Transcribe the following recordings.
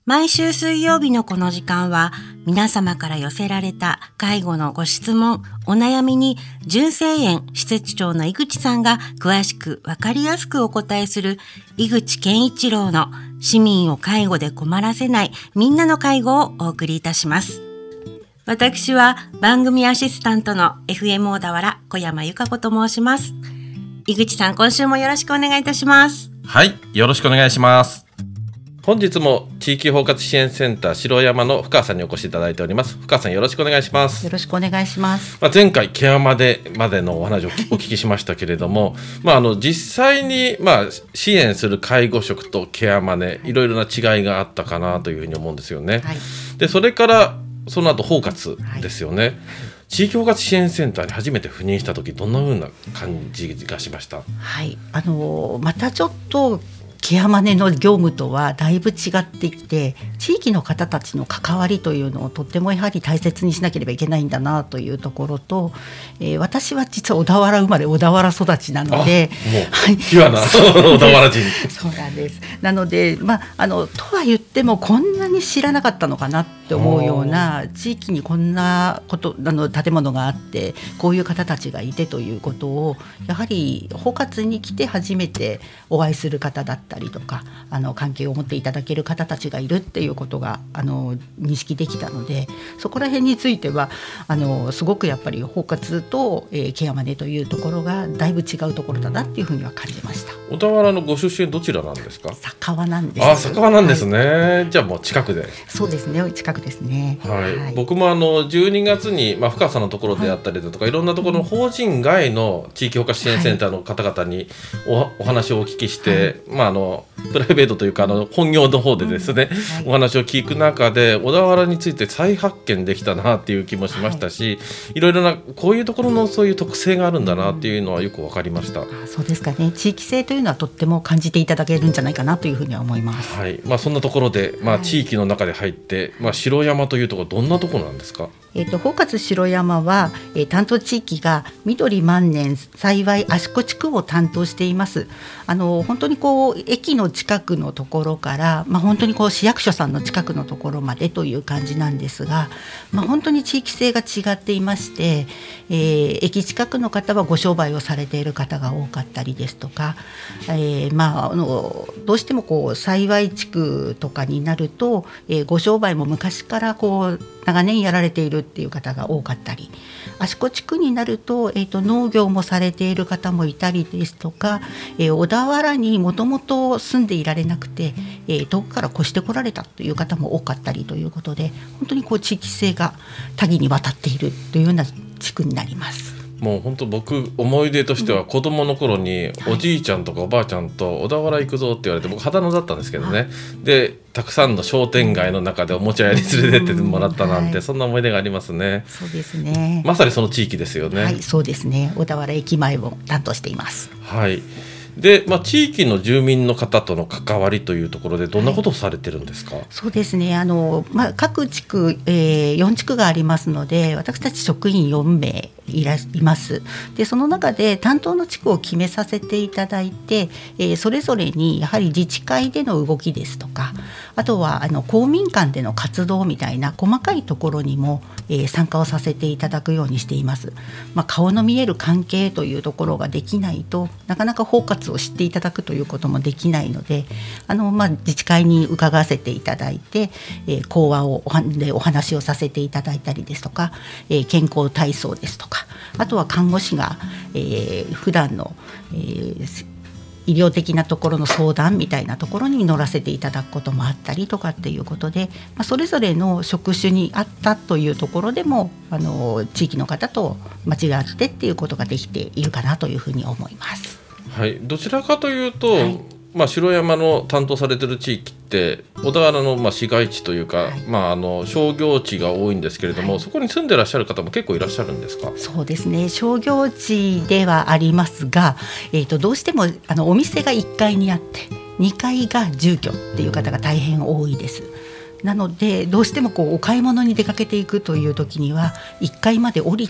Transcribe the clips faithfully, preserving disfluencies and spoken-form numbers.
毎週水曜日のこの時間は皆様から寄せられた介護のご質問、お悩みに純正園施設長の井口さんが詳しくわかりやすくお答えする井口健一郎の市民を介護で困らせないみんなの介護をお送りいたします。私は番組アシスタントの エフエム 小田原小山由香子と申します。井口さん、今週もよろしくお願いいたします。 はい、よろしくお願いします。本日も地域包括支援センター城山の深川さんにお越しいただいております。深川さん、よろしくお願いします。 よろしくお願いします。 まあ、前回ケアマでまでのお話をお聞きしましたけれどもまああの実際にまあ支援する介護職とケアマネ、いろいろな違いがあったかなというふうに思うんですよね、はい、でそれからその後包括ですよね、はい、地域包括支援センターに初めて赴任した時、どんな風な感じがしました？ はい、あのまたちょっとケアマネの業務とはだいぶ違ってきて、地域の方たちの関わりというのをとってもやはり大切にしなければいけないんだなというところと、えー、私は実は小田原生まれ小田原育ちなので、 もうピュアな小田原人そうなんです。なので、まあ、あのとは言ってもこんなに知らなかったのかなって思うような、地域にこんなことあの建物があってこういう方たちがいてということをやはり包括に来て初めてお会いする方だったりとか、あの関係を持っていただける方たちがいるっていうことがあの認識できたので、そこら辺についてはあのすごくやっぱり包括と、えー、ケアマネというところがだいぶ違うところだなっていうふうには感じました。 小田原のご出身どちらなんですか？ 佐川なんです。 あ、佐川なんですね、はい、じゃあもう近くで。 そうですね、近くですね、 はいはい、僕もあのじゅうにがつに、まあ、深川さんのところであったりだとか、はい、いろんなところの法人外の地域包括支援センターの方々に お,、はい、お話をお聞きして、はい、まあ、あのプライベートというかあの本業の方でですね、うんはい、お話を聞く中で小田原について再発見できたなっていう気もしましたし、はい、いろいろなこういうところのそういう特性があるんだなっていうのはよく分かりました。あ、 そうですかね。地域性というのはとっても感じていただけるんじゃないかなというふうには思います。 はい、まあ、そんなところで、まあ、地域の中で入って、まあ、城山というところどんなところなんですか？ えー、と包括城山は、えー、担当地域が緑万年幸い芦子地区を担当しています。あの本当にこう駅の近くのところから、まあ、本当にこう市役所さんの近くのところまでという感じなんですが、まあ、本当に地域性が違っていまして、えー、駅近くの方はご商売をされている方が多かったりですとか、えーまあ、あのどうしてもこう幸い地区とかになると、えー、ご商売も昔からこう長年やられているっていう方が多かったり、芦子地区になると、えーと、農業もされている方もいたりですとか、えー、小田原にもともと住んでいられなくて、えー、遠くから越してこられたという方も多かったりということで、本当にこう地域性が多岐にわたっているというような地区になります。 もう本当僕思い出としては子供の頃におじいちゃんとかおばあちゃんと小田原行くぞって言われて、僕秦野だったんですけどね、でたくさんの商店街の中でおもちゃ屋に連れてってもらったなんて、そんな思い出がありますね。 そうですね、 まさにその地域ですよね。 はい、そうですね。小田原駅前を担当しています。 はい。で、まあ、地域の住民の方との関わりというところでどんなことをされてるんですか？はい、 そうですね、あの、まあ、各地区、えー、よん地区がありますので、私たち職員よんめいいらいます。でその中で担当の地区を決めさせていただいて、えー、それぞれにやはり自治会での動きですとか、あとはあの公民館での活動みたいな細かいところにも、えー、参加をさせていただくようにしています。まあ、顔の見える関係というところができないとなかなか包括を知っていただくということもできないので、あの、まあ、自治会に伺わせていただいて、えー、講話をおはでお話をさせていただいたりですとか、えー、健康体操ですとか、あとは看護師が、えー、普段の、えー、医療的なところの相談みたいなところに乗らせていただくこともあったりとかっていうことで、まあ、それぞれの職種にあったというところでもあの地域の方と間違ってっていうことができているかなというふうに思います。 はい、どちらかというと、はい、まあ、城山の担当されている地域って小田原のまあ市街地というか、はい、まあ、あの商業地が多いんですけれども、はい、そこに住んでらっしゃる方も結構いらっしゃるんですか？ そうですね、商業地ではありますが、えー、とどうしてもあのお店がいっかいにあってにかいが住居っていう方が大変多いです。なのでどうしてもこうお買い物に出かけていくという時にはいっかいまで降りてっ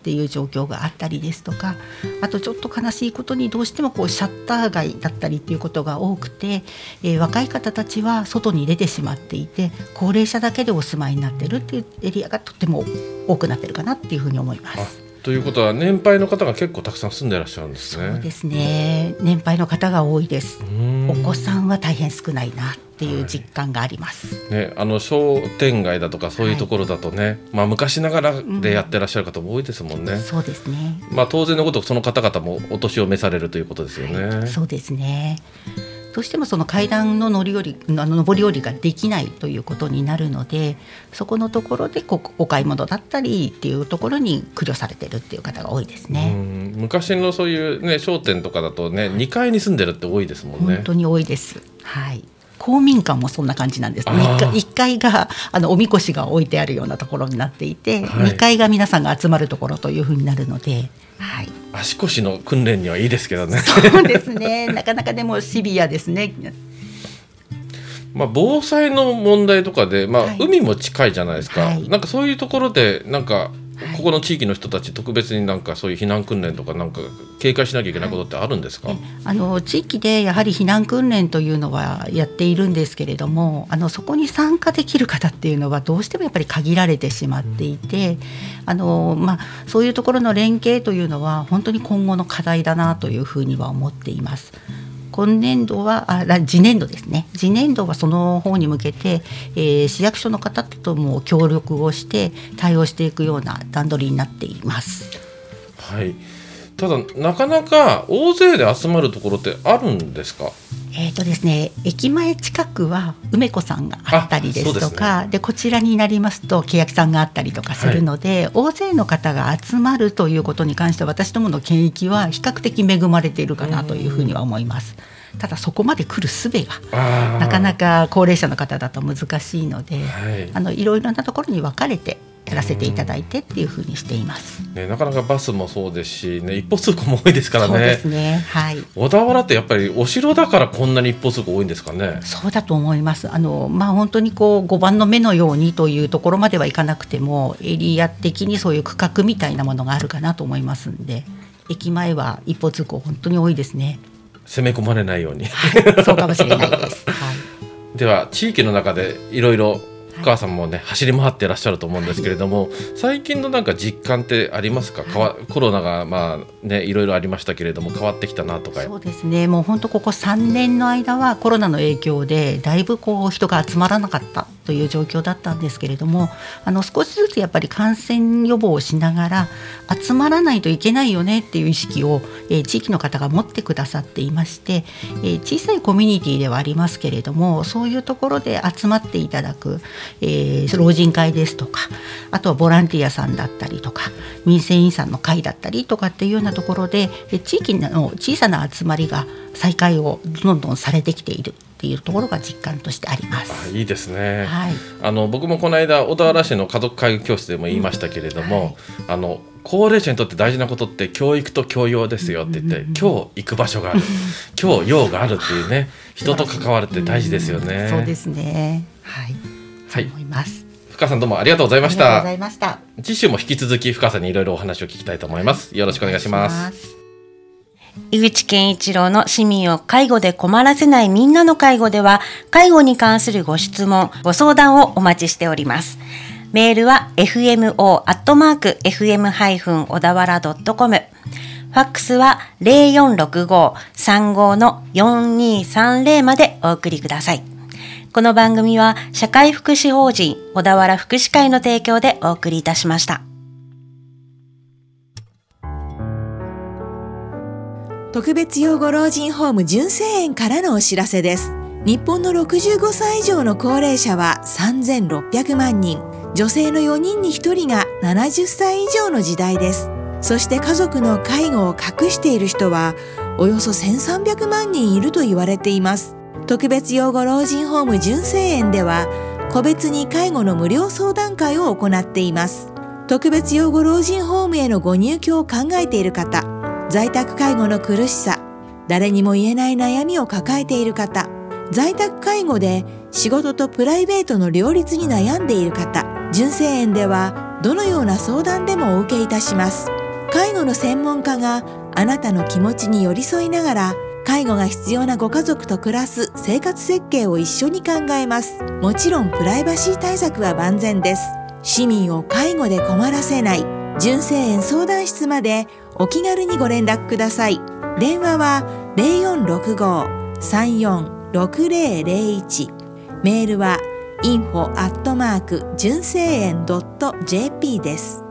っていう状況があったりですとか、あとちょっと悲しいことにどうしてもこうシャッター街だったりっていうことが多くて、えー、若い方たちは外に出てしまっていて、高齢者だけでお住まいになってるっていうエリアがとても多くなってるかなっていうふうに思います。 ということは年配の方が結構たくさん住んでいらっしゃるんですね。 そうですね、年配の方が多いです。お子さんは大変少ないなっていう実感があります、 はいね、あの商店街だとかそういうところだとね、はい、まあ、昔ながらでやってらっしゃる方も多いですもんね、うん、 そうですね、 まあ、当然のことその方々もお年を召されるということですよね、 はい、そうですね。どうしてもその階段の乗り降り、あの上り下りができないということになるので、そこのところでこうお買い物だったりっていうところに苦慮されてるっていう方が多いですね。 うん、昔のそういう、ね、商店とかだとね、にかいに住んでるって多いですもんね。 本当に多いです、はい。公民館もそんな感じなんですね。いっかいがあのおみこしが置いてあるようなところになっていて、はい、にかいが皆さんが集まるところというふうになるので、はい、 足腰の訓練にはいいですけどね。 そうですね、なかなかでもシビアですね。 まあ、防災の問題とかで、まあ、はい、海も近いじゃないですか、はい、なんかそういうところでなんかここの地域の人たち特別になんかそういう避難訓練とかなんか警戒しなきゃいけないことってあるんですか？はい、 あの地域でやはり避難訓練というのはやっているんですけれども、あのそこに参加できる方っていうのはどうしてもやっぱり限られてしまっていて、うん、あのまあ、そういうところの連携というのは本当に今後の課題だなというふうには思っています。今年度はあ次年度ですね次年度はその方に向けて、えー、市役所の方とも協力をして対応していくような段取りになっています。 はい、ただなかなか大勢で集まるところってあるんですか？ えーとですね、駅前近くは梅子さんがあったりですとか で,、ね、でこちらになりますと欅さんがあったりとかするので、はい、大勢の方が集まるということに関しては私どもの県域は比較的恵まれているかなというふうには思います。ただそこまで来る術がなかなか高齢者の方だと難しいので、はい、あのいろいろなところに分かれてやらせていただいてっていうふうにしています、 ね、なかなかバスもそうですし、ね、一方通行も多いですからね。 そうですね、はい、 小田原ってやっぱりお城だからこんなに一方通行多いんですかね？ そうだと思います。あの、まあ、本当にこうごばんの目のようにというところまではいかなくてもエリア的にそういう区画みたいなものがあるかなと思いますんで、駅前は一方通行本当に多いですね。 攻め込まれないように、 はい、そうかもしれないです、はい、 では地域の中でいろいろお母さんもね、はい、走り回っていらっしゃると思うんですけれども、はい、最近のなんか実感ってありますか？かわコロナがまあねいろいろありましたけれども変わってきたなとか。 そうですね、もう本当ここさんねんの間はコロナの影響でだいぶこう人が集まらなかったという状況だったんですけれども、あの少しずつやっぱり感染予防をしながら集まらないといけないよねっていう意識を、えー、地域の方が持ってくださっていまして、えー、小さいコミュニティではありますけれども、そういうところで集まっていただく、えー、老人会ですとか、あとはボランティアさんだったりとか民生委員さんの会だったりとかっていうようなところで、えー、地域の小さな集まりが再開をどんどんされてきているっていうところが実感としてあります。 あ、いいですね、 はい、 あの僕もこの間小田原市の家族介護教室でも言いましたけれども、うん、はい、あの高齢者にとって大事なことって教育と教養ですよって言って、うんうんうん、今日行く場所がある今日用があるっていうね、人と関わるって大事ですよね、 うん、そうですね、はい、はい、そう思います。 深さんどうもありがとうございました。 ありがとうございました。 次週も引き続き深さんにいろいろお話を聞きたいと思います。よろしくお願いします。 井口健一郎の市民を介護で困らせないみんなの介護では、介護に関するご質問ご相談をお待ちしております。メールは エフエムオー アットマーク エフエム 小田原 ドットコム、 ファックスは ゼロよんろくご さんご のよんにさんゼロまでお送りください。この番組は社会福祉法人小田原福祉会の提供でお送りいたしました。 特別養護老人ホーム純正園からのお知らせです。日本のろくじゅうごさい以上の高齢者はさんぜんろっぴゃくまんにん、女性のよにんにひとりがななじゅっさい以上の時代です。そして家族の介護を隠している人はおよそせんさんびゃくまんにんいると言われています。特別養護老人ホーム純正園では個別に介護の無料相談会を行っています。特別養護老人ホームへのご入居を考えている方、在宅介護の苦しさ、誰にも言えない悩みを抱えている方、在宅介護で仕事とプライベートの両立に悩んでいる方、純正園ではどのような相談でもお受けいたします。 介護の専門家があなたの気持ちに寄り添いながら、介護が必要なご家族と暮らす生活設計を一緒に考えます。もちろんプライバシー対策は万全です。市民を介護で困らせない純正園相談室までお気軽にご連絡ください。電話は ゼロよんろくごーさんよんろくゼロゼロいち、メールは インフォ アットマーク 純正園 ドット ジェーピー です。